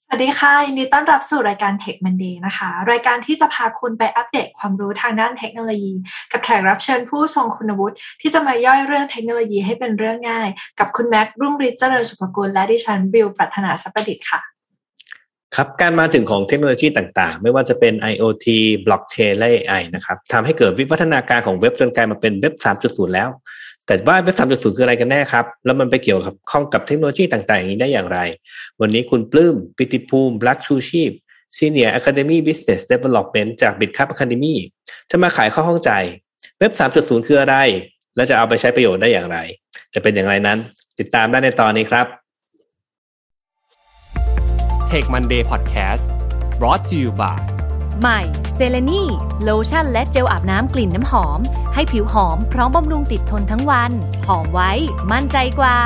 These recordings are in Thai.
สวัสดีค่ะยินดีต้อนรับสู่รายการ Tech Monday นะคะรายการที่จะพาคุณไปอัปเดตความรู้ทางด้านเทคโนโลยีกับแขกรับเชิญผู้ทรงคุณวุฒิที่จะมาย่อยเรื่องเทคโนโลยีให้เป็นเรื่องง่ายกับคุณแม็กซ์รุ่งฤทธิ์เจริญสุภกุลและดิฉันบิวปรัชนาสัพประดิษฐ์ค่ะครับการมาถึงของเทคโนโลยีต่างๆไม่ว่าจะเป็น IoT Blockchain และ AI นะครับทำให้เกิดวิวัฒนาการของเว็บจนกลายมาเป็นเว็บ 3.0 แล้วแต่ว่าเว็บ 3.0 คืออะไรกันแน่ครับแล้วมันไปเกี่ยวกับข้องกับเทคโนโลยีต่างๆอย่างนี้ได้อย่างไรวันนี้คุณปลื้มปิติภูมิรักชูชีพ Senior Academy Business Development จาก BitCup Academy จะมาขายข้อข้องใจเว็บ 3.0 คืออะไรและจะเอาไปใช้ประโยชน์ได้อย่างไรจะเป็นอย่างไรนั้นติดตามได้ในตอนนี้ครับ Take Monday Podcast brought to you by ใหม่เซเลนีโลชั่นและเจลอาบน้ำกลิ่นน้ำหอมให้ผิวหอมพร้อมบำรุงติดทนทั้งวันหอมไว้มั่นใจกว่า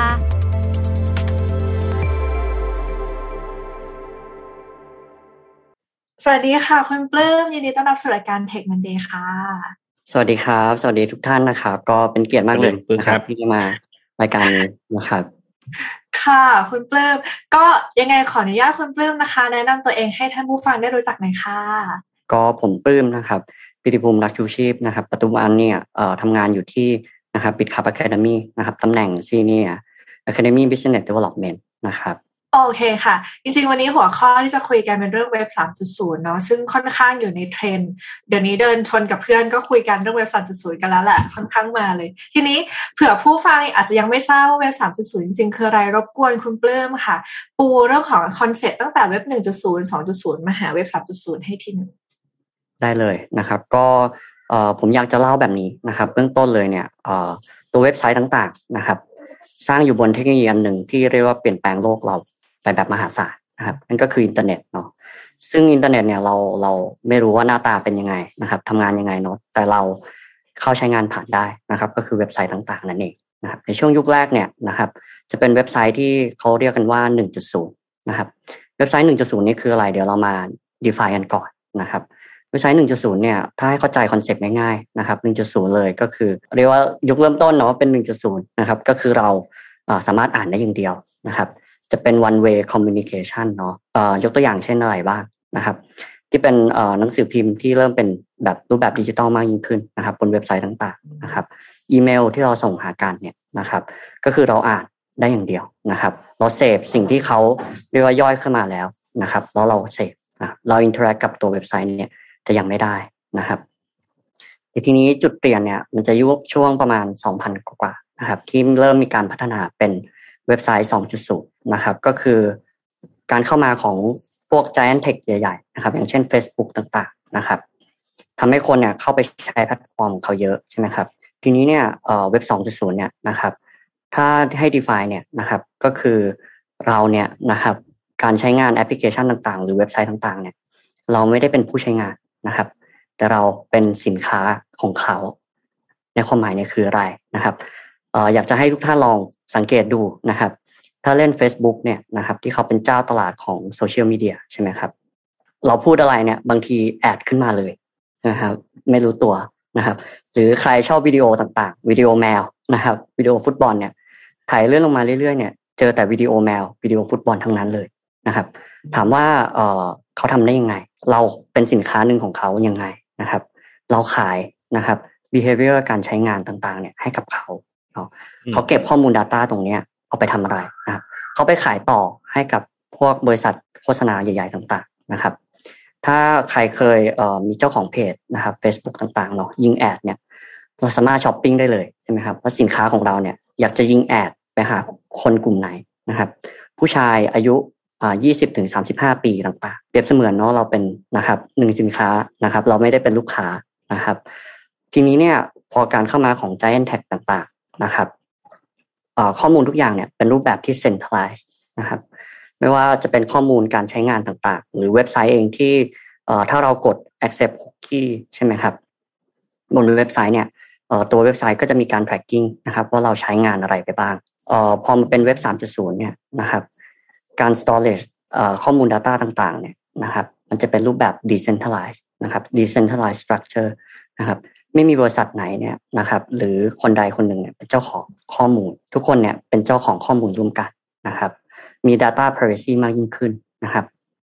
สวัสดีค่ะคุณปลื้มยินดีต้อนรับสู่รายการ Tech Monday ค่ะสวัสดีครับสวัสดีทุกท่านนะครับก็เป็นเกียรติมากเลยนะครับที่จะมารายการนี้นะครับค่ะคุณปลื้มก็ยังไงขออนุญาตคุณปลื้มนะคะแนะนำตัวเองให้ท่านผู้ฟังได้รู้จักหน่อยค่ะก็ผมปลื้มนะครับปิติภูมิรักชูชีพนะครับปัจจุบันเนี่ยทำงานอยู่ที่นะครับ BitCup Academy นะครับตำแหน่ง Senior Academy Business Development นะครับโอเคค่ะจริงๆวันนี้หัวข้อที่จะคุยกันเป็นเรื่องเว็บ 3.0 เนาะซึ่งค่อนข้างอยู่ในเทรนด์เดี๋ยวนี้เดินชนกับเพื่อนก็คุยกันเรื่องเว็บ 3.0 กันแล้วแหละค่อนข้างมาเลยทีนี้เผื่อผู้ฟังอาจจะยังไม่ทราบว่าเว็บ 3.0 จริงๆคืออะไรรบกวนคุณปลื้มค่ะปูเรื่องของคอนเซ็ปต์ตั้งแต่เว็บ 1.0 2.0 มาหาเว็บ 3.0 ให้ทีนึงได้เลยนะครับก็ผมอยากจะเล่าแบบนี้นะครับเบื้องต้นเลยเนี่ยตัวเว็บไซต์ต่างๆนะครับสร้างอยู่บนเทคโนโลยีอันหนึ่งที่เรียกว่าเปลี่ยนแปลงโลกเราไปแบบมหาศาลนะครับนั่นก็คืออินเทอร์เน็ตเนาะซึ่งอินเทอร์เน็ตเนี่ยเราไม่รู้ว่าหน้าตาเป็นยังไงนะครับทำงานยังไงเนาะแต่เราเข้าใช้งานผ่านได้นะครับก็คือเว็บไซต์ต่างๆนั่นเองนะครับในช่วงยุคแรกเนี่ยนะครับจะเป็นเว็บไซต์ที่เขาเรียกกันว่า 1.0 นะครับเว็บไซต์ 1.0 นี่คืออะไรเดี๋ยวเรามา define กันก่อนนะครับเว็บไซต์ 1.0 เนี่ยถ้าให้เข้าใจคอนเซ็ปต์ง่ายๆนะครับ 1.0 เลยก็คือเรียกว่ายุคเริ่มต้นเนาะเป็น 1.0 นะครับก็คือเราสามารถอ่านได้อย่างเดียวนะครับจะเป็น one way communication เนาะยกตัวอย่างเช่นอะไรบ้างนะครับที่เป็นหนังสือพิมพ์ที่เริ่มเป็นแบบรูปแบบดิจิตอลมากยิ่งขึ้นนะครับบนเว็บไซต์ต่างๆนะครับอีเมลที่เราส่งหากันเนี่ยนะครับก็คือเราอ่านได้อย่างเดียวนะครับเราเสพสิ่งที่เขาเรียกว่าย่อยขึ้นมาแล้วนะครับแล้วเราเสพเราอินเทอร์แอคกับตัวเว็บไซต์เนี่ยจะยังไม่ได้นะครับทีนี้จุดเปลี่ยนเนี่ยมันจะยุคช่วงประมาณ 2,000 กว่านะครับที่เริ่มมีการพัฒนาเป็นเว็บไซต์ 2.0 นะครับก็คือการเข้ามาของพวก Giant Tech ใหญ่ๆนะครับอย่างเช่น Facebook ต่างๆนะครับทำให้คนเนี่ยเข้าไปใช้แพลตฟอร์มของเขาเยอะใช่ไหมครับทีนี้เนี่ยเว็บ 2.0 เนี่ยนะครับถ้าให้ define เนี่ยนะครับก็คือเราเนี่ยนะครับการใช้งานแอปพลิเคชันต่างๆหรือเว็บไซต์ต่างๆเนี่ยเราไม่ได้เป็นผู้ใช้งานนะครับแต่เราเป็นสินค้าของเขาในความหมายเนี่ยคืออะไรนะครับอยากจะให้ทุกท่านลองสังเกตดูนะครับถ้าเล่น Facebook เนี่ยนะครับที่เขาเป็นเจ้าตลาดของโซเชียลมีเดียใช่ไหมครับเราพูดอะไรเนี่ยบางทีแอดขึ้นมาเลยนะครับไม่รู้ตัวนะครับหรือใครชอบวิดีโอต่างๆวิดีโอแมวนะครับวิดีโอฟุตบอลเนี่ยถ่ายเลื่อนลงมาเรื่อยๆเนี่ยเจอแต่วิดีโอแมววิดีโอฟุตบอลทั้งนั้นเลยนะครับถามว่าเขาทำได้ยังไงเราเป็นสินค้าหนึ่งของเขายังไงนะครับเราขายนะครับ behavior การใช้งานต่างๆเนี่ยให้กับเขาเขาเก็บข้อมูล Data ตรงนี้เอาไปทำอะไรนะครับเขาไปขายต่อให้กับพวกบริษัทโฆษณาใหญ่ๆต่างๆนะครับถ้าใครเคยมีเจ้าของเพจนะครับ Facebook ต่างๆเนาะยิงแอดเนี่ยเราสามารถช้อปปิ้งได้เลยใช่ไหมครับว่าสินค้าของเราเนี่ยอยากจะยิงแอดไปหาคนกลุ่มไหนนะครับผู้ชายอายุ20-35 ปีต่างๆเปรียบเสมือนเนาะเราเป็นนะครับหนึ่งสินค้านะครับเราไม่ได้เป็นลูกค้านะครับทีนี้เนี่ยพอการเข้ามาของ Giant Tech ต่างๆนะครับข้อมูลทุกอย่างเนี่ยเป็นรูปแบบที่ centralized นะครับไม่ว่าจะเป็นข้อมูลการใช้งานต่างๆหรือเว็บไซต์เองที่ถ้าเรากด accept cookie ใช่ไหมครับบนเว็บไซต์เนี่ยตัวเว็บไซต์ก็จะมีการ tracking นะครับว่าเราใช้งานอะไรไปบ้างพอมาเป็นเว็บ 3.0 เนี่ยนะครับการ storage ข้อมูล data ต่างๆเนี่ยนะครับมันจะเป็นรูปแบบ decentralized นะครับ decentralized structure นะครับไม่มีบริษัทไหนเนี่ยนะครับหรือคนใดคนหนึ่งเนี่ยเป็นเจ้าของข้อมูลทุกคนเนี่ยเป็นเจ้าของข้อมูลร่วมกันนะครับมี data privacy มากยิ่งขึ้นนะครับ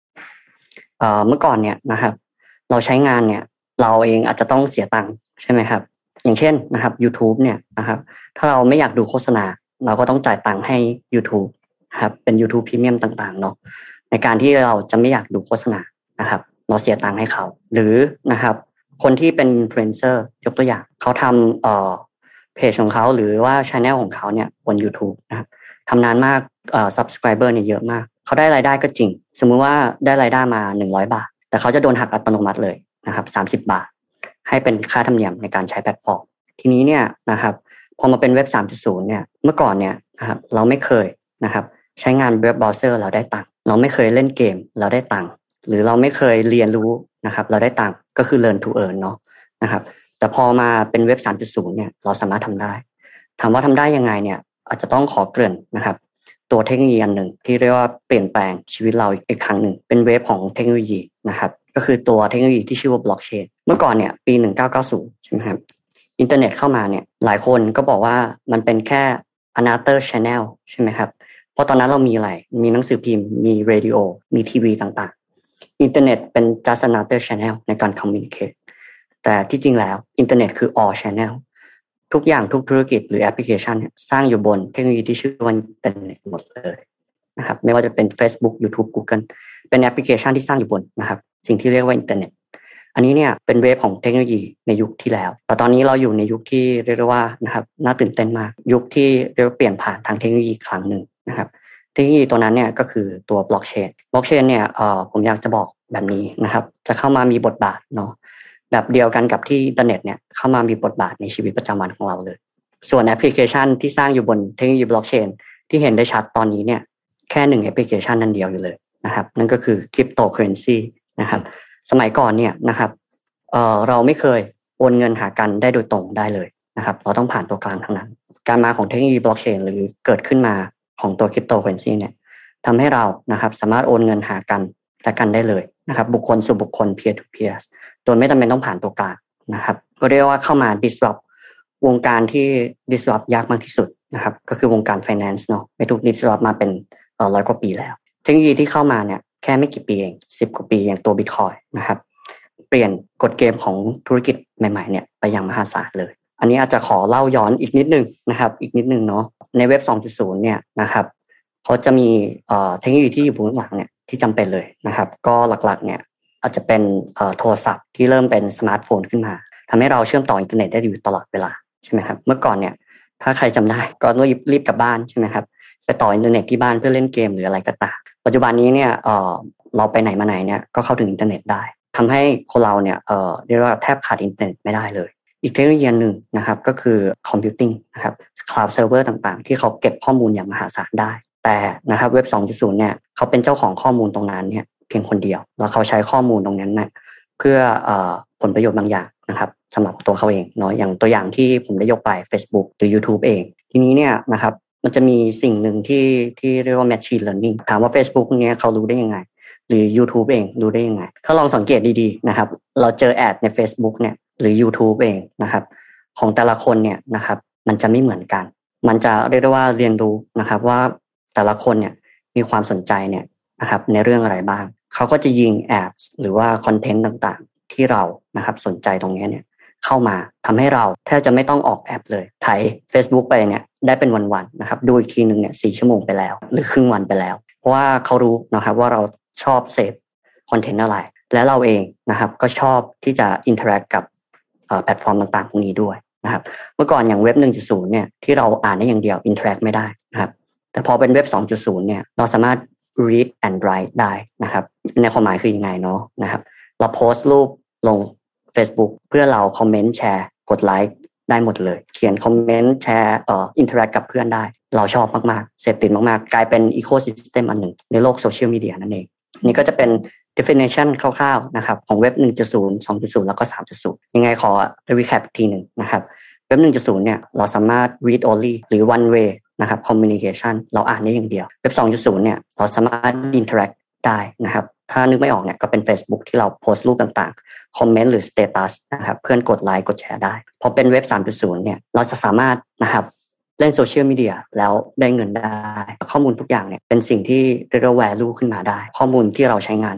เมื่อก่อนเนี่ยนะครับเราใช้งานเนี่ยเราเองอาจจะต้องเสียตังค์ใช่ไหมครับอย่างเช่นนะครับ YouTube เนี่ยนะครับถ้าเราไม่อยากดูโฆษณาเราก็ต้องจ่ายตังค์ให้ YouTube นะครับเป็น YouTube Premium ต่างๆเนาะในการที่เราจะไม่อยากดูโฆษณานะครับเราเสียตังค์ให้เขาหรือนะครับคนที่เป็นอินฟลูเอนเซอร์ยกตัวอย่างเขาทำเพจของเขาหรือว่า channel ของเขาเนี่ยบน YouTube นะครับทำนานมากsubscriber เนี่ยเยอะมากเขาได้รายได้ก็จริงสมมุติว่าได้รายได้มา100 บาทแต่เขาจะโดนหักอัตโนมัติเลยนะครับ30 บาทให้เป็นค่าธรรมเนียมในการใช้แพลตฟอร์มทีนี้เนี่ยนะครับพอมาเป็นเว็บ 3.0 เนี่ยเมื่อก่อนเนี่ยนะครับเราไม่เคยนะครับใช้งานเว็บเบราว์เซอร์เราได้ตังค์เราไม่เคยเล่นเกมเราได้ตังค์หรือเราไม่เคยเรียนรู้นะครับเราได้ตังค์ก็คือ learn to earn เนาะนะครับแต่พอมาเป็นเว็บ 3.0 เนี่ยเราสามารถทำได้ถามว่าทำได้ยังไงเนี่ยอาจจะต้องขอเกริ่นนะครับตัวเทคโนโลยีอันหนึ่งที่เรียกว่าเปลี่ยนแปลงชีวิตเราอีกครั้งหนึ่งเป็นเวฟของเทคโนโลยีนะครับก็คือตัวเทคโนโลยีที่ชื่อว่าบล็อกเชนเมื่อก่อนเนี่ยปี1990ใช่ไหมครับอินเทอร์เน็ตเข้ามาเนี่ยหลายคนก็บอกว่ามันเป็นแค่ another channel ใช่ไหมครับเพราะตอนนั้นเรามีอะไรมีหนังสือพิมพ์มีเรดิโอมีทีวีต่างๆอินเทอร์เน็ตเป็น just another channel ในการ communicate แต่ที่จริงแล้วอินเทอร์เน็ตคือ all channel ทุกอย่างทุกธุรกิจหรือแอปพลิเคชันเนี่ยสร้างอยู่บนเทคโนโลยีที่ชื่อว่าอินเทอร์เน็ตหมดเลยนะครับไม่ว่าจะเป็น Facebook YouTube Google เป็นแอปพลิเคชันที่สร้างอยู่บนนะครับสิ่งที่เรียกว่าอินเทอร์เน็ตอันนี้เนี่ยเป็นเวฟของเทคโนโลยีในยุคที่แล้วแต่ตอนนี้เราอยู่ในยุคที่เรียกว่านะครับน่าตื่นเต้นมากยุคที่เรียกว่าเปลี่ยนผ่านทางเทคโนโลยีครั้งหนึ่งนะครับเทคโนโลยีตัวนั้นเนี่ยก็คือตัวบล็อกเชนเนี่ยผมอยากจะบอกแบบนี้นะครับจะเข้ามามีบทบาทเนาะแบบเดียวกันกับที่อินเทอร์เน็ตเนี่ยเข้ามามีบทบาทในชีวิตประจำวันของเราเลยส่วนแอปพลิเคชันที่สร้างอยู่บนเทคโนโลยีบล็อกเชนที่เห็นได้ชัดตอนนี้เนี่ยแค่1แอปพลิเคชันนั่นเดียวอยู่เลยนะครับนั่นก็คือคริปโตเคอเรนซีนะครับสมัยก่อนเนี่ยนะครับเราไม่เคยโอนเงินหากันได้โดยตรงได้เลยนะครับเราต้องผ่านตัวกลางทั้งนั้นการมาของเทคโนโลยีบล็อกเชนหรือเกิดขึ้นมาของตัวคริปโตเคอเรนซีเนี่ยทำให้เรานะครับสามารถโอนเงินหากันและกันได้เลยนะครับบุคคลสู่บุคคล peer to peer โดยไม่จำเป็นต้องผ่านตัวกลางนะครับก็เรียกว่าเข้ามา disrupt วงการที่ disrupt ยากมากที่สุดนะครับก็คือวงการ finance เนาะไม่ถูก disrupt มาเป็น100 กว่าปีแล้วเทคโนโลยีที่เข้ามาเนี่ยแค่ไม่กี่ปีเอง10 กว่าปีอย่างตัว Bitcoin นะครับเปลี่ยนกฎเกมของธุรกิจใหม่ๆเนี่ยไปอย่างมหาศาลเลยอันนี้อาจจะขอเล่าย้อนอีกนิดนึงนะครับอีกนิดนึงเนาะในเว็บ 2.0 เนี่ยนะครับเขาจะมีเทคโนโลยีที่อยู่เบื้องหลังเนี่ยที่จำเป็นเลยนะครับก็หลักๆเนี่ยอาจจะเป็นโทรศัพท์ที่เริ่มเป็นสมาร์ทโฟนขึ้นมาทำให้เราเชื่อมต่ออินเทอร์เน็ตได้อยู่ตลอดเวลาใช่ไหมครับเมื่อก่อนเนี่ยถ้าใครจำได้ก็รีบกลับบ้านใช่ไหมครับไปต่ออินเทอร์เน็ตที่บ้านเพื่อเล่นเกมหรืออะไรก็ตามปัจจุบันนี้เนี่ยเราไปไหนมาไหนเนี่ยก็เข้าถึงอินเทอร์เน็ตได้ทำให้คนเราเนี่ยเรียกว่าแทบขาดอินเทอร์เน็ตไม่ได้เลยอีกเทคโนโลยีหนึ่งนะครับก็คือคอมพิวติ้งนะครับคลาวด์เซิร์ฟเวอร์ต่างๆที่เขาเก็บข้อมูลอย่างมหาศาลได้แต่นะครับเว็บ 2.0 เนี่ยเขาเป็นเจ้าของข้อมูลตรงนั้นเนี่ยเพียงคนเดียวแล้วเขาใช้ข้อมูลตรงนั้นนะเพื่อผลประโยชน์บางอย่างนะครับสำหรับตัวเขาเองเนาะอย่างตัวอย่างที่ผมได้ยกไป Facebook หรือ YouTube เองทีนี้เนี่ยนะครับมันจะมีสิ่งหนึ่งที่เรียกว่า machine learning ถามว่า Facebook เนี่ยเขารู้ได้ยังไงหรือ YouTube เองรู้ได้ยังไงถ้าลองสังเกตดีๆนะครับเราเจอแอดใน Facebook เนี่ยหรือ YouTube เองนะครับของแต่ละคนเนี่ยนะครับมันจะไม่เหมือนกันมันจะเรียกได้ว่าเรียนรู้นะครับว่าแต่ละคนเนี่ยมีความสนใจเนี่ยนะครับในเรื่องอะไรบ้างเขาก็จะยิงแอดหรือว่าคอนเทนต์ต่างๆที่เรานะครับสนใจตรงนี้เนี่ยเข้ามาทำให้เราแทบจะไม่ต้องออกแอปเลยไถ Facebook ไปเนี่ยได้เป็นวันๆนะครับดูอีกทีนึงเนี่ย4 ชั่วโมงไปแล้วหรือครึ่งวันไปแล้วเพราะว่าเขารู้นะครับว่าเราชอบเสพคอนเทนต์อะไรและเราเองนะครับก็ชอบที่จะอินเทอร์แอคกับแพลตฟอร์มต่างๆพวกนี้ด้วยนะครับเมื่อก่อนอย่างเว็บ 1.0 เนี่ยที่เราอ่านได้อย่างเดียวอินเทอร์แอคไม่ได้นะครับแต่พอเป็นเว็บ 2.0 เนี่ยเราสามารถ read and write ได้นะครับในความหมายคือยังไงเนาะนะครับเราโพสต์รูปลง Facebook เพื่อเราคอมเมนต์แชร์กดไลค์ได้หมดเลยเขียนคอมเมนต์แชร์อินเทอร์แอคกับเพื่อนได้เราชอบมากๆเสพติดมากๆกลายเป็นอีโคซิสเต็มอันหนึ่งในโลกโซเชียลมีเดียนั่นเองนี่ก็จะเป็น definition คร่าวๆนะครับของเว็บ 1.0 2.0 แล้วก็ 3.0 ยังไงขอ recap อีกทีหนึ่งนะครับเว็บ 1.0 เนี่ยเราสามารถ read only หรือ one way นะครับ communication เราอ่านได้อย่างเดียวเว็บ 2.0 เนี่ยเราสามารถ interact ได้นะครับถ้านึกไม่ออกเนี่ยก็เป็น Facebook ที่เราโพสต์รูปต่างๆคอมเมนต์หรือ status นะครับเพื่อนกดไลค์กดแชร์ได้พอเป็นเว็บ 3.0 เนี่ยเราจะสามารถนะครับเล่นโซเชียลมีเดียแล้วได้เงินได้ข้อมูลทุกอย่างเนี่ยเป็นสิ่งที่เรียกว่า value ขึ้นมาได้ข้อมูลที่เราใช้งานเนี่ย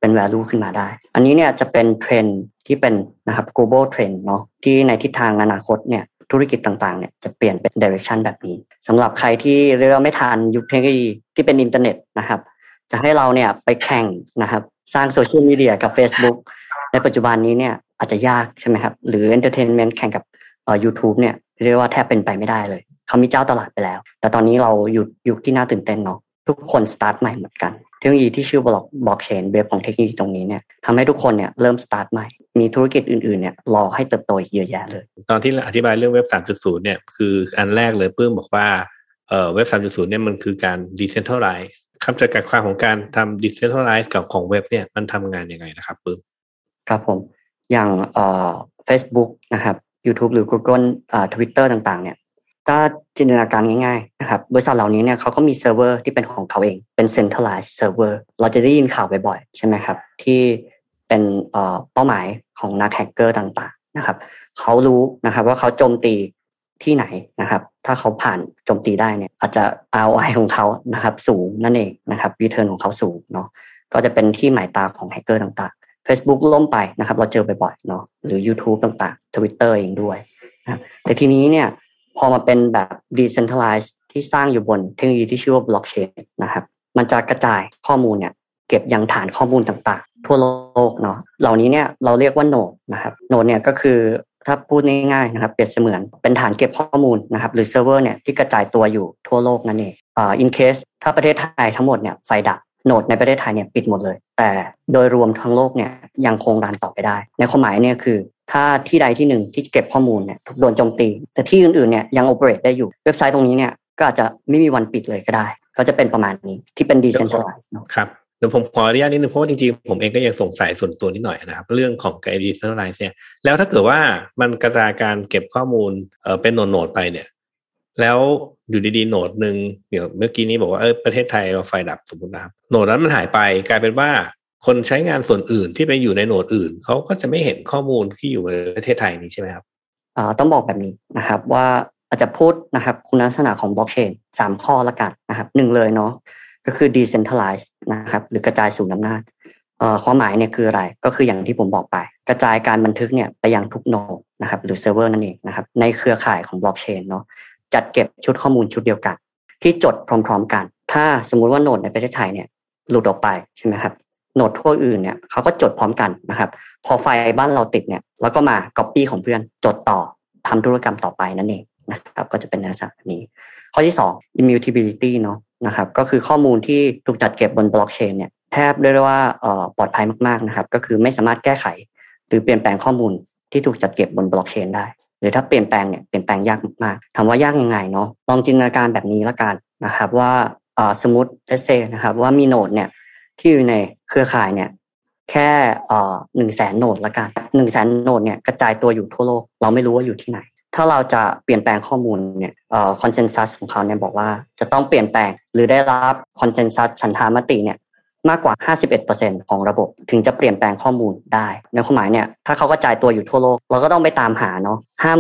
เป็น value ขึ้นมาได้อันนี้เนี่ยจะเป็นเทรนด์ที่เป็นนะครับ global trend เนาะที่ในทิศทางอนาคตเนี่ยธุรกิจต่างๆเนี่ยจะเปลี่ยนเป็น direction แบบนี้สำหรับใครที่เรียกว่าไม่ทันยุคเทคโนโลยีที่เป็นอินเทอร์เน็ตนะครับจะให้เราเนี่ยไปแข่งนะครับสร้างโซเชียลมีเดียกับ Facebook ในปัจจุบันนี้เนี่ยอาจจะยากใช่ไหมครับหรือ entertainment แข่งกับYouTube เนี่ยเรียกว่าแทบเป็นไปไม่ได้เลยเขามีเจ้าตลาดไปแล้วแต่ตอนนี้เราอยู่ยุคที่น่าตื่นเต้นเนาะทุกคนสตาร์ทใหม่เหมือนกันเทคโนโลยีที่ชื่อบล็อกเชนเว็บของเทคโนโลยีตรงนี้เนี่ยทำให้ทุกคนเนี่ยเริ่มสตาร์ทใหม่มีธุรกิจอื่นๆเนี่ยรอให้เติบโตอีกเยอะแยะเลยตอนที่อธิบายเรื่องเว็บ 3.0 เนี่ยคืออันแรกเลยปื้มบอกว่าเว็บ 3.0 เนี่ยมันคือการ decentralize คำจำกัดความของการทำ decentralize กับของเว็บเนี่ยมันทำงานยังไงนะครับปื้มครับผมอย่างFacebook นะครับ YouTube หรือ Google Twitter ต่างๆเนี่ยถ้าจินตนาการง่ายๆนะครับบริษัทเหล่านี้เนี่ยเขาก็มีเซิร์ฟเวอร์ที่เป็นของเขาเองเป็น centralized server เราจะได้ยินข่าวบ่อยๆใช่ไหมครับที่เป็นเป้าหมายของนักแฮกเกอร์ต่างๆนะครับเขารู้นะครับว่าเขาโจมตีที่ไหนนะครับถ้าเขาผ่านโจมตีได้เนี่ยอาจจะ ROI ของเขานะครับสูงนั่นเองนะครับ return ของเขาสูงเนาะก็จะเป็นที่หมายตาของแฮกเกอร์ต่างๆ Facebook ล่มไปนะครับเราเจอบ่อยๆเนาะหรือ YouTube ต่างๆ Twitter เองด้วยนะครับแต่ทีนี้เนี่ยพอมาเป็นแบบ decentralized ที่สร้างอยู่บนเทคโนโลยีที่ชื่อว่า blockchain นะครับมันจะกระจายข้อมูลเนี่ยเก็บยังฐานข้อมูลต่างๆทั่วโลกเนาะเหล่านี้เนี่ยเราเรียกว่าโนดนะครับโนดเนี่ยก็คือถ้าพูดง่ายๆนะครับเปรียบเสมือนเป็นฐานเก็บข้อมูลนะครับหรือเซิร์ฟเวอร์เนี่ยที่กระจายตัวอยู่ทั่วโลกนั่นเองin case ถ้าประเทศไทยทั้งหมดเนี่ยไฟดับโนดในประเทศไทยเนี่ยปิดหมดเลยแต่โดยรวมทั้งโลกเนี่ยยังคงรันต่อไปได้ในความหมายเนี่ยคือถ้าที่ใดที่หนึ่งที่เก็บข้อมูลเนี่ยถูกโดนโจมตีแต่ที่อื่นๆเนี่ยยัง operate ได้อยู่เว็บไซต์ตรงนี้เนี่ยก็อาจจะไม่มีวันปิดเลยก็ได้ก็จะเป็นประมาณนี้ที่เป็น decentralized เนาะครับเดี๋ยวผมขออนุญาตนิดนึงเพราะว่าจริงๆผมเองก็ยังสงสัยส่วนตัวนิดหน่อยนะครับเรื่องของการ decentralized เนี่ยแล้วถ้าเกิดว่ามันกระจายการเก็บข้อมูลเป็นโหนดไปเนี่ยแล้วอยู่ดีๆโหนดนึงเดี๋ยวเมื่อกี้นี้บอกว่าประเทศไทยไฟดับสมมุตินะครับโหนดนั้นมันหายไปกลายเป็นว่าคนใช้งานส่วนอื่นที่ไปอยู่ในโหนดอื่นเขาก็จะไม่เห็นข้อมูลที่อยู่ในประเทศไทยนี้ใช่ไหมครับต้องบอกแบบนี้นะครับว่าอาจจะพูดนะครับคุณลักษณะของบล็อกเชน3ข้อละกันนะครับ1เลยเนาะก็คือ decentralized นะครับหรือกระจายสู่อำนาจความหมายเนี่ยคืออะไรก็คืออย่างที่ผมบอกไปกระจายการบันทึกเนี่ยไปยังทุกโนดนะครับหรือเซิร์ฟเวอร์นั่นเองนะครับในเครือข่ายของบล็อกเชนเนาะจัดเก็บชุดข้อมูลชุดเดียวกันที่จดพร้อมๆกันถ้าสมมุติว่าโนดในประเทศไทยเนี่ยหลุดออกไปใช่ไหมครับโนดทั่วอื่นเนี่ยเขาก็จดพร้อมกันนะครับพอไฟบ้านเราติดเนี่ยแล้วก็มา copy ของเพื่อนจดต่อทำธุรกรรมต่อไปนั่นเองนะครับก็จะเป็นลักษณะนี้ข้อที่2 immutability เนาะนะครับก็คือข้อมูลที่ถูกจัดเก็บบนบล็อกเชนเนี่ยแทบเรียกได้ว่าปลอดภัยมากๆนะครับก็คือไม่สามารถแก้ไขหรือเปลี่ยนแปลงข้อมูลที่ถูกจัดเก็บบนบล็อกเชนได้หรือถ้าเปลี่ยนแปลงเนี่ยเปลี่ยนแปลงยากมากๆถามว่ายากยังไงเนาะลองจินตนาการแบบนี้ละกันนะครับว่าสมมุติ let's say นะครับว่ามีโนดเนี่ยที่อยู่ในเครือข่ายเนี่ยแค่100,000 โนดละกัน 100,000 โนดเนี่ยกระจายตัวอยู่ทั่วโลกเราไม่รู้ว่าอยู่ที่ไหนถ้าเราจะเปลี่ยนแปลงข้อมูลเนี่ยคอนเซนซัสของเขาเนี่ยบอกว่าจะต้องเปลี่ยนแปลงหรือได้รับคอนเซนซัสฉันทามติเนี่ยมากกว่า 51% ของระบบถึงจะเปลี่ยนแปลงข้อมูลได้ในความหมายเนี่ยถ้าเขากระจายตัวอยู่ทั่วโลกเราก็ต้องไปตามหาเนาะ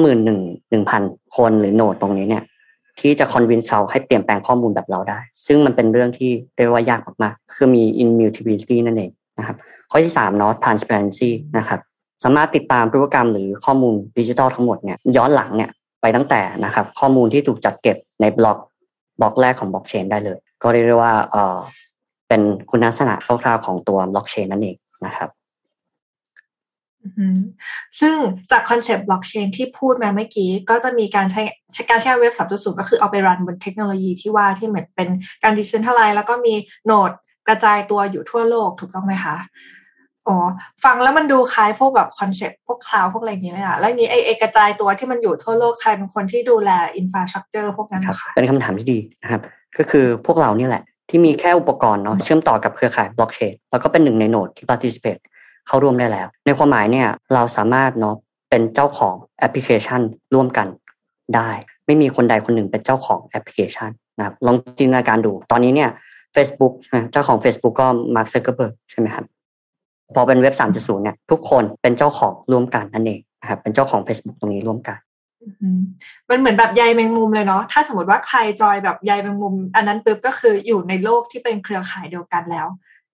51,000 คนหรือโนดตรงนี้เนี่ยที่จะคอนวินส์เขาให้เปลี่ยนแปลงข้อมูลแบบเราได้ซึ่งมันเป็นเรื่องที่เรียกว่ายากมากๆคือมี immutability นั่นเองนะครับข้อที่3เนาะ transparency นะครับสามารถติดตามธุรกรรมหรือข้อมูลดิจิทัลทั้งหมดเนี่ยย้อนหลังเนี่ยไปตั้งแต่นะครับข้อมูลที่ถูกจัดเก็บในบล็อกแรกของบล็อกเชนได้เลยก็เรียกได้ว่าเป็นคุณลักษณะคร่าวๆของตัวบล็อกเชนนั่นเองนะครับซึ่งจากคอนเซปต์บล็อกเชนที่พูดมาเมื่อกี้ก็จะมีการใช้เว็บ 3.0 ก็คือเอาไปรันบนเทคโนโลยีที่ว่าที่เหมือนเป็นการ decentralize แล้วก็มีโนดกระจายตัวอยู่ทั่วโลกถูกต้องไหมคะอ๋อฟังแล้วมันดูคล้ายพวกแบบคอนเซ็ปต์พวกคลาวด์พวกอะไรอย่างนี้เลยอ่ะแล้วนี้ไอ้กระจายตัวที่มันอยู่ทั่วโลกใครเป็นคนที่ดูแลอินฟราสตรัคเจอร์พวกนั้นนะคะเป็นคำถามที่ดีนะครับก็คือพวกเรานี่แหละที่มีแค่อุปกรณ์เนาะเชื่อมต่อกับเครือข่ายบล็อกเชนแล้วก็เป็นหนึ่งในโนดที่ participate เข้าร่วมได้แล้วในความหมายเนี่ยเราสามารถเนาะเป็นเจ้าของแอปพลิเคชันร่วมกันได้ไม่มีคนใดคนหนึ่งเป็นเจ้าของแอปพลิเคชันนะครับลองจินตนาการดูตอนนี้เนี่ย Facebook ใช่ไหมเจ้าของ Facebook ก็ Mark Zuckerberg ใช่ไหมครับพอเป็นเว็บ 3.0 เนี่ยทุกคนเป็นเจ้าของร่วมกันนั่นเองนะครับเป็นเจ้าของ Facebook ตรงนี้ร่วมกันมันเหมือนแบบใยแมงมุมเลยเนาะถ้าสมมติว่าใครจอยแบบใยแมงมุมอันนั้นปุ๊บก็คืออยู่ในโลกที่เป็นเครือข่ายเดียวกันแล้ว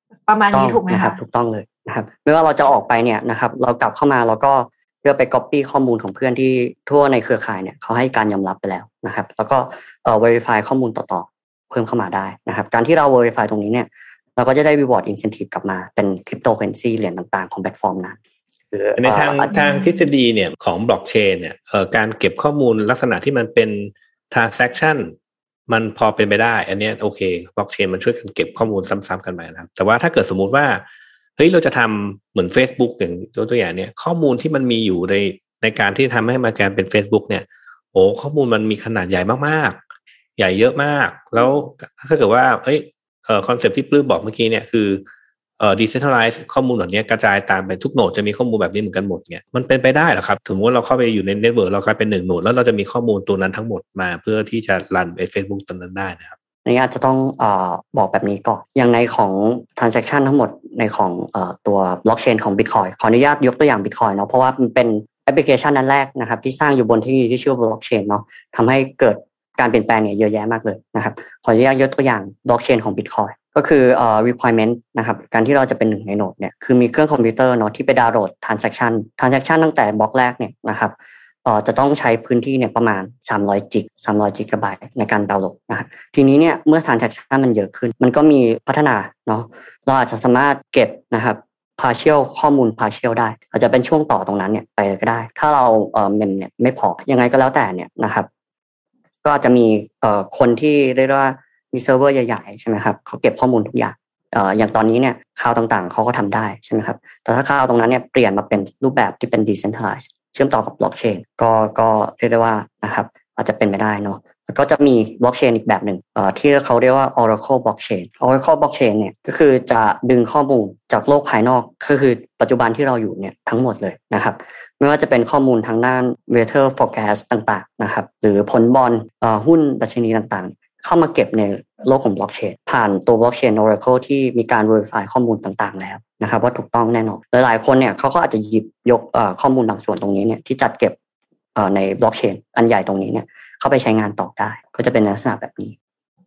ประมาณนี้ถูกไหมคะถูกต้องเลยนะครับไม่ว่าเราจะออกไปเนี่ยนะครับเรากลับเข้ามาเราก็เลือกไป copy ข้อมูลของเพื่อนที่ทั่วในเครือข่ายเนี่ยเขาให้การยอมรับไปแล้วนะครับแล้วก็verify ข้อมูลต่อเพิ่มเข้ามาได้นะครับการที่เรา verify ตรงนี้เนี่ยเราก็จะได้ reward incentive กลับมาเป็น cryptocurrency เหรียญต่างๆของแพลตฟอร์มนั้นในทางทฤษฎีเนี่ยของบล็อกเชนเนี่ยการเก็บข้อมูลลักษณะที่มันเป็น transaction มันพอเป็นไปได้อันนี้โอเคบล็อกเชนมันช่วยกันเก็บข้อมูลซ้ำๆกันไปนะครับแต่ว่าถ้าเกิดสมมุติว่าเฮ้ยเราจะทำเหมือน Facebook อย่างตัวอย่างเนี่ยข้อมูลที่มันมีอยู่ในการที่ทำให้มันกลายเป็น Facebook เนี่ยโอ้ข้อมูลมันมีขนาดใหญ่มากๆใหญ่เยอะมากแล้วถ้าเกิดว่าคอนเซ็ปต์ที่ปลื้มบอกเมื่อกี้เนี่ยคือdecentralize ข้อมูลเหล่านี้กระจายตามไปทุกโนดจะมีข้อมูลแบบนี้เหมือนกันหมดเนี่ยมันเป็นไปได้เหรอครับถึงว่าเราเข้าไปอยู่ในเน็ตเวิร์คเรากลายเป็น1โนดแล้วเราจะมีข้อมูลตัวนั้นทั้งหมดมาเพื่อที่จะรันไอ้ Facebook ตัวนั้นได้นะครับนี่อาจจะต้องบอกแบบนี้ก่อนอย่างในของ transaction ทั้งหมดในของตัว blockchain ของ Bitcoin ขออนุญาตยกตัวอย่าง Bitcoin เนาะเพราะว่ามันเป็นแอปพลิเคชันนั้นแรกนะครับที่สร้างอยู่บนเทคโนโลยีที่ชื่อ blockchain เนาะทำให้เกิดการเปลี่ยนแปลงเนี่ยเยอะแยะมากเลยนะครับขออนุญาตยกตัวอย่าง blockchain ของ Bitcoin ก็คือrequirement นะครับการที่เราจะเป็นหนึ่งในโนดเนี่ยคือมีเครื่องคอมพิวเตอร์เนาะที่ไปดาวน์โหลด transaction ตั้งแต่บล็อกแรกเนี่ยนะครับจะต้องใช้พื้นที่เนี่ยประมาณ300 จิกะไบต์ในการดาวน์โหลดนะครับทีนี้เนี่ยเมื่อ transaction มันเยอะขึ้นมันก็มีพัฒนาเนาะเราอาจจะสามารถเก็บนะครับ partial ข้อมูล partial ได้อาจจะเป็นช่วงต่อตรงนั้นเนี่ยไปก็ได้ถ้าเราเมมเนี่ยไม่พอยังไงก็แล้วแต่เนี่ยนะครับก็จะมีคนที่เรียกว่ามีเซิร์ฟเวอร์ใหญ่ๆใช่ไหมครับเขาเก็บข้อมูลทุกอย่างอย่างตอนนี้เนี่ยคลาวด์ต่างๆเขาก็ทำได้ใช่ไหมครับแต่ถ้าคลาวด์ตรงนั้นเนี่ยเปลี่ยนมาเป็นรูปแบบที่เป็น decentralized เชื่อมต่อกับบล็อกเชนก็เรียกได้ว่านะครับอาจจะเป็นไปได้เนาะแล้วก็จะมีบล็อกเชนอีกแบบหนึ่งที่เขาเรียกว่า Oracle Blockchain Oracle Blockchain เนี่ยก็คือจะดึงข้อมูลจากโลกภายนอกก็คือปัจจุบันที่เราอยู่เนี่ยทั้งหมดเลยนะครับไม่ว่าจะเป็นข้อมูลทางด้าน weather forecast ต่างๆนะครับหรือผลบอลหุ้นดัชนีต่างๆเข้ามาเก็บในโลกของบล็อกเชนผ่านตัวบล็อกเชน Oracle ที่มีการ verify ข้อมูลต่างๆแล้วนะครับว่าถูกต้องแน่นอนหลายๆคนเนี่ยเขาก็อาจจะหยิบยกข้อมูลบางส่วนตรงนี้เนี่ยที่จัดเก็บในบล็อกเชนอันใหญ่ตรงนี้เนี่ยเข้าไปใช้งานต่อได้ก็จะเป็นลักษณะแบบนี้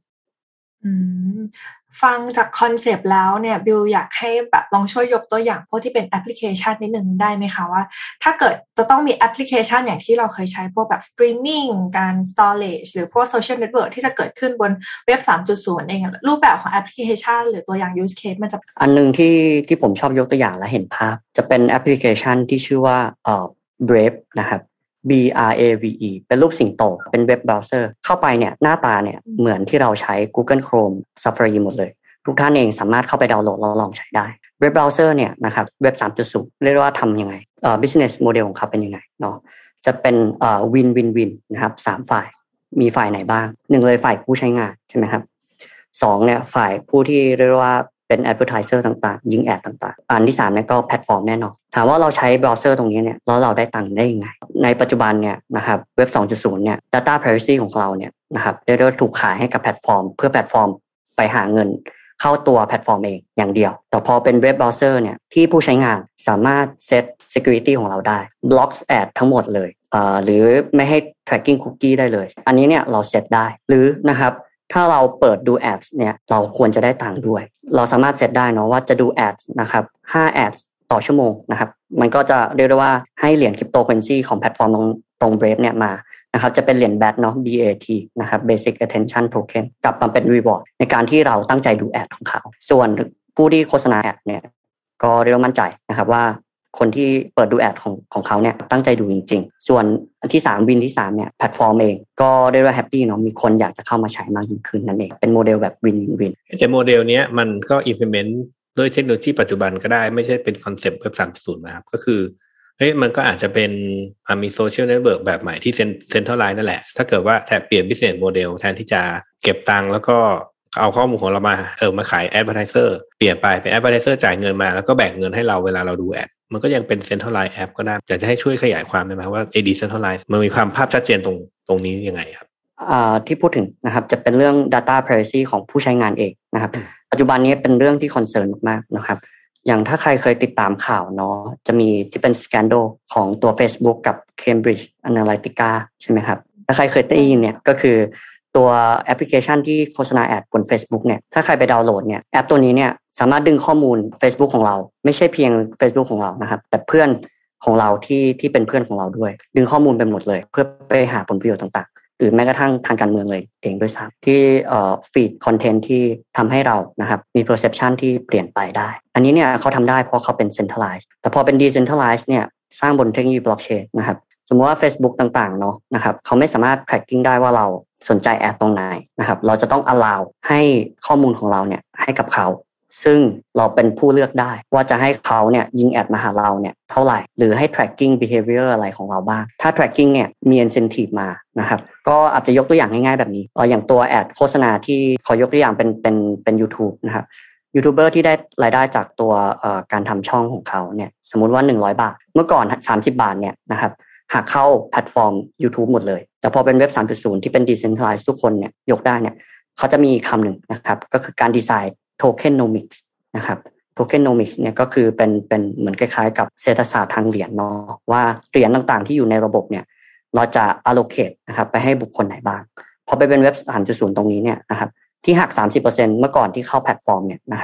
ฟังจากคอนเซปต์แล้วเนี่ยบิวอยากให้แบบลองช่วยยกตัวอย่างพวกที่เป็นแอปพลิเคชันนิดนึงได้ไหมคะว่าถ้าเกิดจะต้องมีแอปพลิเคชันอย่างที่เราเคยใช้พวกแบบสตรีมมิ่งการ storage หรือพวกโซเชียลเน็ตเวิร์กที่จะเกิดขึ้นบนเว็บ 3.0 เองรูปแบบของแอปพลิเคชันหรือตัวอย่าง use case มันจะอันนึงที่ผมชอบยกตัวอย่างและเห็นภาพจะเป็นแอปพลิเคชันที่ชื่อว่าBrave นะครับ BRAVE เป็นรูปสิงโตเป็นเว็บเบราว์เซอร์เข้าไปเนี่ยหน้าตาเนี่ยเหมือนที่เราใช้ Google Chrome Safari หมดเลยทุกท่านเองสามารถเข้าไปดาวน์โหลดแล้วลองใช้ได้เว็บเบราว์เซอร์เนี่ยนะครับเว็บ 3.0 เรียกว่าทำยังไงbusiness model ของเขาเป็นยังไงเนาะจะเป็นwin นะครับ3ฝ่ายมีฝ่ายไหนบ้าง1เลยฝ่ายผู้ใช้งานใช่ไหมครับ2เนี่ยฝ่ายผู้ที่เรียกว่าเป็น advertiser ต่างๆยิงแอดต่างๆอันที่3เนี่ยก็แพลตฟอร์มแน่นอนถามว่าเราใช้เบราว์เซอร์ตรงนี้เนี่ยแล้วเราได้ตังค์ได้ยังไงในปัจจุบันเนี่ยนะครับเว็บ 2.0 เนี่ย data privacy ของเราเนี่ยนะครับเรียกว่าถูกขายให้กับแพลตฟอร์มเพื่อแพลตฟอร์มไปหาเงินเข้าตัวแพลตฟอร์มเองอย่างเดียวแต่พอเป็นเว็บเบราว์เซอร์เนี่ยที่ผู้ใช้งานสามารถเซต security ของเราได้ blocks ad ทั้งหมดเลยหรือไม่ให้ tracking cookie ได้เลยอันนี้เนี่ยเราเซตได้หรือนะครับถ้าเราเปิดดู ads เนี่ยเราควรจะได้ตังค์ด้วยเราสามารถเซตได้เนาะว่าจะดู ads นะครับ5 ads ต่อชั่วโมงนะครับมันก็จะเรียกได้ว่าให้เหรียญ cryptocurrency ของแพลตฟอร์มตรง Brave เนี่ยมานะครับจะเป็นเหรียญ BAT เนาะ BAT นะครับ Basic Attention Token กลับมาเป็น reward ในการที่เราตั้งใจดูแอดของเขาส่วนผู้ที่โฆษณาแอดเนี่ยก็เรียกว่ามั่นใจนะครับว่าคนที่เปิดดูแอดของเขาเนี่ยตั้งใจดูจริงๆส่วนอันที่3วินที่3เนี่ยแพลตฟอร์มเองก็เรียกว่าแฮปปี้เนาะมีคนอยากจะเข้ามาใช้มากยิ่งขึ้นนั่นเองเป็นโมเดลแบบวินแต่โมเดลเนี้ยมันก็ implement ด้วยเทคโนโลยีปัจจุบันก็ได้ไม่ใช่เป็นคอนเซ็ปต์เว็บ 3.0 นะครับก็คือมันก็อาจจะเป็นมีโซเชียลเน็ตเวิร์กแบบใหม่ที่เซ็นทรัลไลน์นั่นแหละถ้าเกิดว่าแทนเปลี่ยน business model แทนที่จะเก็บตังค์แล้วก็เอาข้อมูลของเรามาขาย advertiser เปลี่ยนไปเป็น advertiser จ่ายเงินมาแล้วก็แบ่งเงินให้เราเวลาเราดูแอดมันก็ยังเป็น centralized app ก็ได้อยากจะให้ช่วยขยายความได้ไหมว่า decentralized มันมีความภาพชัดเจนตรงนี้ยังไงครับที่พูดถึงนะครับจะเป็นเรื่อง data privacy ของผู้ใช้งานเองนะครับปัจจุบันนี้เป็นเรื่องที่คอนเซิร์นมากๆนะครับอย่างถ้าใครเคยติดตามข่าวเนาะจะมีที่เป็น scandal ของตัว Facebook กับ Cambridge Analytica ใช่ไหมครับถ้าใครเคยได้ยินเนี่ยก็คือตัวแอปพลิเคชันที่โฆษณาแอดบน Facebook เนี่ยถ้าใครไปดาวน์โหลดเนี่ยแอปตัวนี้เนี่ยสามารถดึงข้อมูล Facebook ของเราไม่ใช่เพียง Facebook ของเรานะครับแต่เพื่อนของเราที่เป็นเพื่อนของเราด้วยดึงข้อมูลไปหมดเลยเพื่อไปหาผลประโยชน์ต่างๆหรือแม้กระทั่งทางการเมืองเลยเองด้วยซ้ำที่ฟีดคอนเทนต์ที่ทำให้เรานะครับมี perception ที่เปลี่ยนไปได้อันนี้เนี่ยเขาทำได้เพราะเขาเป็น centralized แต่พอเป็น decentralized เนี่ยสร้างบนเทคโนโลยี blockchain นะครับสมมติว่า Facebook ต่างๆเนาะนะครับเขาไม่สามารถ tracking ได้ว่าเราสนใจแอดตรงไหนนะครับเราจะต้อง allow ให้ข้อมูลของเราเนี่ยให้กับเขาซึ่งเราเป็นผู้เลือกได้ว่าจะให้เขาเนี่ยยิงแอดมาหาเราเนี่ยเท่าไหร่หรือให้ tracking behavior อะไรของเราบ้างถ้า tracking เนี่ยมี incentive มานะครับก็อาจจะยกตัวอย่างง่ายๆแบบนี้อย่างตัวแอดโฆษณาที่ขอยกตัวอย่างเป็น YouTube นะครับยูทูบเบอร์ที่ได้รายได้จากตัวการทำช่องของเขาเนี่ยสมมุติว่า100 บาทเมื่อก่อน30 บาทเนี่ยนะครับหากเข้าแพลตฟอร์ม YouTube หมดเลยแต่พอเป็นเว็บ 3.0 ที่เป็น decentralized ทุกคนเนี่ยยกได้เนี่ยเขาจะมีคำหนึ่งนะครับก็คือการดีไซน์ tokenomics นะครับ tokenomics เนี่ยก็คือเป็นเหมือนคล้ายๆกับเศรษฐศาสตร์ทางเหรียญเนาะว่าเหรียญต่างๆที่อยู่ในระบบเนี่ยเราจะ allocate นะครับไปให้บุคคลไหนบ้างพอไปเป็นเว็บ 3.0 ตรงนี้เนี่ยนะครับที่หัก 30% เมื่อก่อนที่เข้าแพลตฟอร์มเนี่ยนะครับ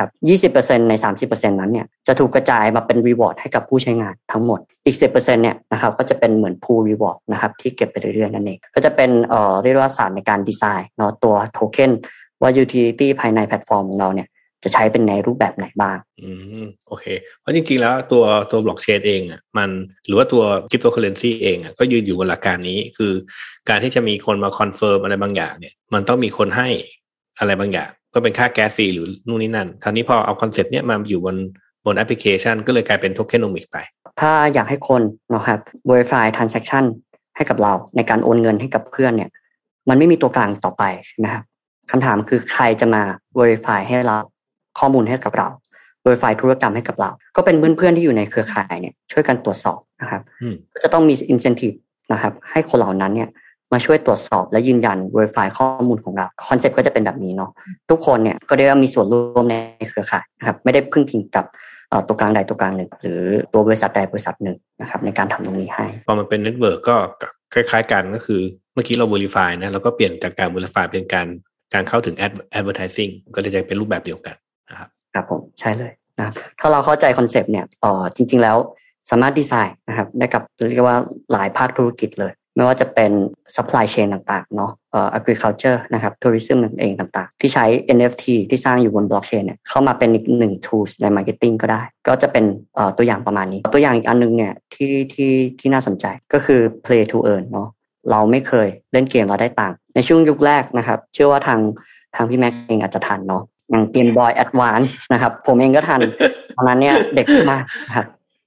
20% ใน 30% นั้นเนี่ยจะถูกกระจายมาเป็น reward ให้กับผู้ใช้งานทั้งหมดอีก 10% เนี่ยนะครับก็จะเป็นเหมือน pool reward นะครับที่เก็บไปเรื่อยๆนั่นเองก็จะเป็นเรียกว่าศาสตร์ในการดีไซน์เนาะตัวโทเค็นว่า utility ภายในแพลตฟอร์มของเราเนี่ยจะใช้เป็นในรูปแบบไหนบ้างโอเคเพราะจริงๆแล้วตัวบล็อกเชนเองอ่ะมันหรือว่าตัวคริปโตเคอเรนซีเองอ่ะก็ยืนอยู่บนหลักการนี้คือการที่จะมีคนมาคอนเฟิร์มอะไรบางอย่างเนี่ยมันต้องมีคนให้อะไรบางอย่างก็เป็นค่าแก๊สฟรีหรือนู่นนี่นั่นคราวนี้พอเอาคอนเซ็ปต์เนี้ยมาอยู่บนแอปพลิเคชันก็เลยกลายเป็นโทเค็นโนมิกไปถ้าอยากให้คนนะครับ verify transaction ให้กับเราในการโอนเงินให้กับเพื่อนเนี่ยมันไม่มีตัวกลางต่อไปใช่ไหมครับคำถามคือใครจะมา verify ให้เราข้อมูลให้กับเรา verify ธุรกรรมให้กับเราก็เป็นเพื่อนๆที่อยู่ในเครือข่ายเนี่ยช่วยกันตรวจสอบนะครับก็จะต้องมี incentive นะครับให้คนเหล่านั้นเนี่ยมาช่วยตรวจสอบและยืนยัน verify ข้อมูลของเราคอนเซ็ปต์ก็จะเป็นแบบนี้เนาะทุกคนเนี่ยก็ได้มีส่วนร่วมในเครือข่ายนะครับไม่ได้พึ่งพิงกับตัวกลางใดตัวกลางหนึ่งหรือตัวบริษัทใดบริษัทหนึ่งนะครับในการทำตรงนี้ให้พอมันเป็นเน็ตเวิร์กก็คล้ายๆกันก็คือเมื่อกี้เรา verify นะแล้วก็เปลี่ยนจากการ verify เป็นการเข้าถึง advertising ก็จะเป็นรูปแบบเดียวกันนะครับครับผมใช่เลยนะครับถ้าเราเข้าใจคอนเซ็ปต์เนี่ยจริงๆแล้วสามารถดีไซน์นะครับได้กับเรียกว่าหลายภาคธุรกิจเลยไม่ว่าจะเป็น supply chain ต่างๆเนาะagriculture นะครับ tourism เองต่างๆที่ใช้ NFT ที่สร้างอยู่บน blockchain เนี่ยเข้ามาเป็นอีกหนึ่ง tools ใน marketing ก็ได้ก็จะเป็นตัวอย่างประมาณนี้ตัวอย่างอีกอันนึงเนี่ยที่น่าสนใจก็คือ play to earn เนาะเราไม่เคยเล่นเกมเราได้ตังค์ในช่วงยุคแรกนะครับเชื่อว่าทางพี่แม็กเองอาจจะทันเนาะอย่าง Game Boy Advance นะครับผมเองก็ทันตอนนั้นเนี่ยเด็กมากนะครับ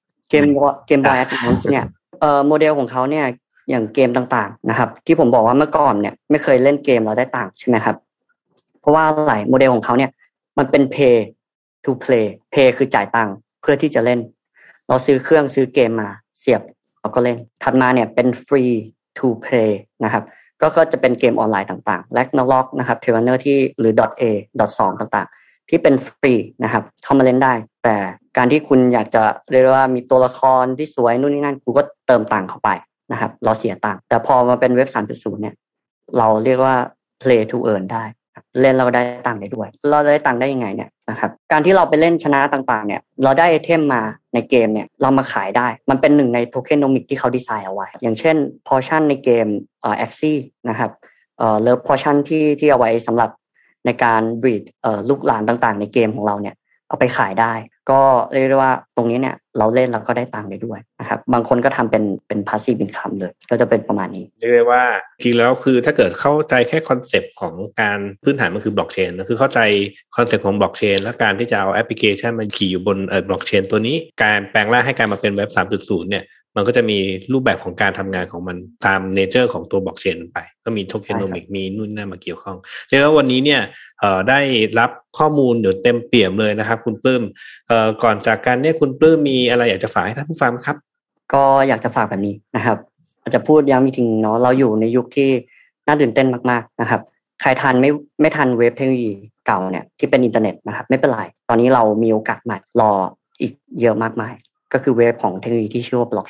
Game Boy Advance เนี่ยโมเดลของเขาเนี่ยอย่างเกมต่างๆนะครับที่ผมบอกว่าเมื่อก่อนเนี่ยไม่เคยเล่นเกมเราได้ตังค์ใช่ไหมครับเพราะว่าหลายโมเดลของเขาเนี่ยมันเป็น pay to play pay คือจ่ายตังค์เพื่อที่จะเล่นเราซื้อเครื่องซื้อเกมมาเสียบเราก็เล่นถัดมาเนี่ยเป็น free to play นะครับก็จะเป็นเกมออนไลน์ต่างๆ Ragnarok นะครับ Traveler ที่หรือ .a .2 ต่างๆที่เป็นฟรีนะครับเข้ามาเล่นได้แต่การที่คุณอยากจะเรียกว่ามีตัวละครที่สวยนู่นนี่นั่นคุณก็เติมตังค์เข้าไปนะครับเราเสียตังค์แต่พอมาเป็นเว็บ 3.0 เนี่ยเราเรียกว่า play to earn ได้เล่นเราได้ตังค์ได้ด้วยเราได้ตังค์ได้ยังไงเนี่ยนะครับการที่เราไปเล่นชนะต่างๆเนี่ยเราได้ไอเทมมาในเกมเนี่ยเรามาขายได้มันเป็นหนึ่งในโทเค็นโนมิกที่เขาดีไซน์เอาไว้อย่างเช่นพอร์ชั่นในเกมAxie นะครับเลิฟพอร์ชั่นที่เอาไว้สำหรับในการบรีดลูกหลานต่างๆในเกมของเราเนี่ยเอาไปขายได้ก็เรียกได้ว่าตรงนี้เนี่ยเราเล่นเราก็ได้ตังค์ได้ด้วยนะครับบางคนก็ทำเป็น passive income เลยก็จะเป็นประมาณนี้เรียกได้ว่าจริงแล้วคือถ้าเกิดเข้าใจแค่คอนเซปต์ของการพื้นฐานมันคือบล็อกเชนคือเข้าใจคอนเซปต์ของบล็อกเชนและการที่จะเอาแอปพลิเคชันมันขี่อยู่บนบล็อกเชนตัวนี้การแปลงร่างให้การมาเป็นเว็บ 3.0 เนี่ยมันก็จะมีรูปแบบของการทำงานของมันตามเนเจอร์ของตัวบล็อกเชนไปก็มีโทเค็นโนมิกมีนู่นนั่นมาเกี่ยวข้องเรียกว่าวันนี้เนี่ยได้รับข้อมูลเดี๋ยวเต็มเปี่ยมเลยนะครับคุณปลื้มก่อนจากกันเนี่ยคุณปลื้มมีอะไรอยากจะฝากให้ท่านผู้ฟังครับก็อยากจะฝากแบบนี้นะครับอาจจะพูดย้ำอีกทีเนาะเราอยู่ในยุคที่น่าตื่นเต้นมากๆนะครับใครทันไม่ทันเว็บเทคโนโลยีเก่าเนี่ยที่เป็นอินเทอร์เน็ตนะครับไม่เป็นไรตอนนี้เรามีโอกาสใหม่รออีกเยอะมากมายก็คือเว็บของเทคโนโลยีที่ชื่อว่าบล็อกเชน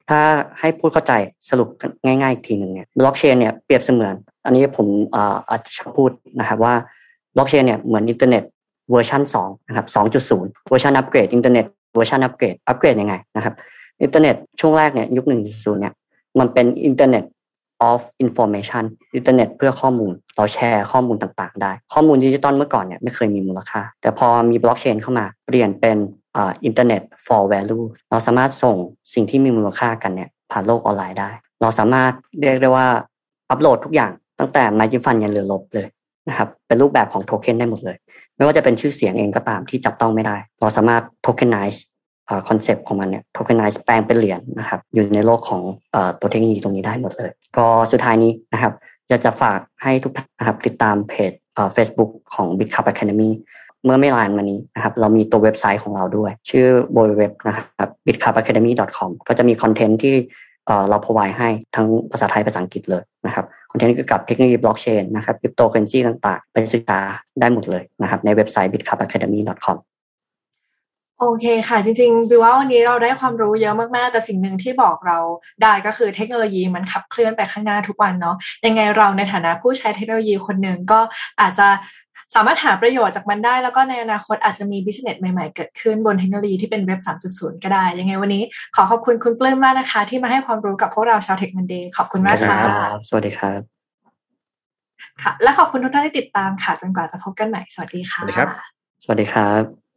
ถ้าให้พูดเข้าใจสรุปง่ายๆอีกทีนึงเนี่ยบล็อกเชนเนี่ยเปรียบเสมือนอันนี้ผมอาจจะพูดนะครับว่าบล็อกเชนเนี่ยเหมือนอินเทอร์เน็ตเวอร์ชัน2นะครับ 2.0 เวอร์ชันอัปเกรดอินเทอร์เน็ตเวอร์ชันอัปเกรดยังไงนะครับอินเทอร์เน็ตช่วงแรกเนี่ยยุค 1.0 เนี่ยมันเป็นอินเทอร์เน็ตof information อินเทอร์เน็ตเพื่อข้อมูลเราแชร์ข้อมูลต่างๆได้ข้อมูลดิจิตอลเมื่อก่อนเนี่ยไม่เคยมีมูลค่าแต่พอมีบล็อกเชนเข้ามาเปลี่ยนเป็นอินเทอร์เน็ต for value เราสามารถส่งสิ่งที่มีมูลค่ากันเนี่ยผ่านโลกออนไลน์ได้เราสามารถเรียกได้ว่าอัปโหลดทุกอย่างตั้งแต่ไม้จิ้มฟันยันเรือรบเลยนะครับเป็นรูปแบบของโทเค็นได้หมดเลยไม่ว่าจะเป็นชื่อเสียงเองก็ตามที่จับต้องไม่ได้เราสามารถโทเค็นไนซ์คอนเซปต์ของมันเนี่ยโทเค็นไนซ์แปลงเป็นเหรียญนะครับอยู่ในโลกของตัวเทคโนโลยีตรงนี้ได้หมดเลยก็สุดท้ายนี้นะครับอยากจะฝากให้ทุกท่านนะครับติดตามเพจFacebook ของ BitCup Academy เมื่อไม่นานมานี้นะครับเรามีตัวเว็บไซต์ของเราด้วยชื่อwwwนะครับ bitcupacademy.com ก็จะมีคอนเทนต์ที่เรา provide ให้ทั้งภาษาไทยภาษาอังกฤษเลยนะครับคอนเทนต์เกี่ยวกับเทคโนโลยีบล็อกเชนนะครับคริปโตเคอเรนซีต่างๆไปศึกษาได้หมดเลยนะครับในเว็บไซต์ bitcupacademy.com โอเคค่ะจริงๆบิวว่าวันนี้เราได้ความรู้เยอะมากๆแต่สิ่งหนึ่งที่บอกเราได้ก็คือเทคโนโลยีมันขับเคลื่อนไปข้างหน้าทุกวันเนาะยังไงเราในฐานะผู้ใช้เทคโนโลยีคนหนึ่งก็อาจจะสามารถหาประโยชน์จากมันได้แล้วก็ในอนาคตอาจจะมีบิสเนสใหม่ๆเกิดขึ้นบนเทคโนโลยีที่เป็นเว็บ 3.0 ก็ได้ยังไงวันนี้ขอบคุณคุณปลื้มมากนะคะที่มาให้ความรู้กับพวกเราชาว Tech Monday ขอบคุณมากค่ะสวัสดีครับค่ะและขอบคุณทุกท่านที่ติดตามค่ะจนกว่าจะพบกันใหม่สวัสดีค่ะสวัสดีครับสวัสดีครับ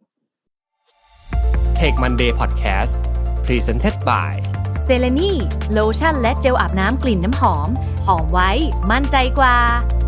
Tech Monday Podcast Presented by สเตเลนีโลชั่นและเจลอาบน้ำกลิ่นน้ำหอมหอมไว้มั่นใจกว่า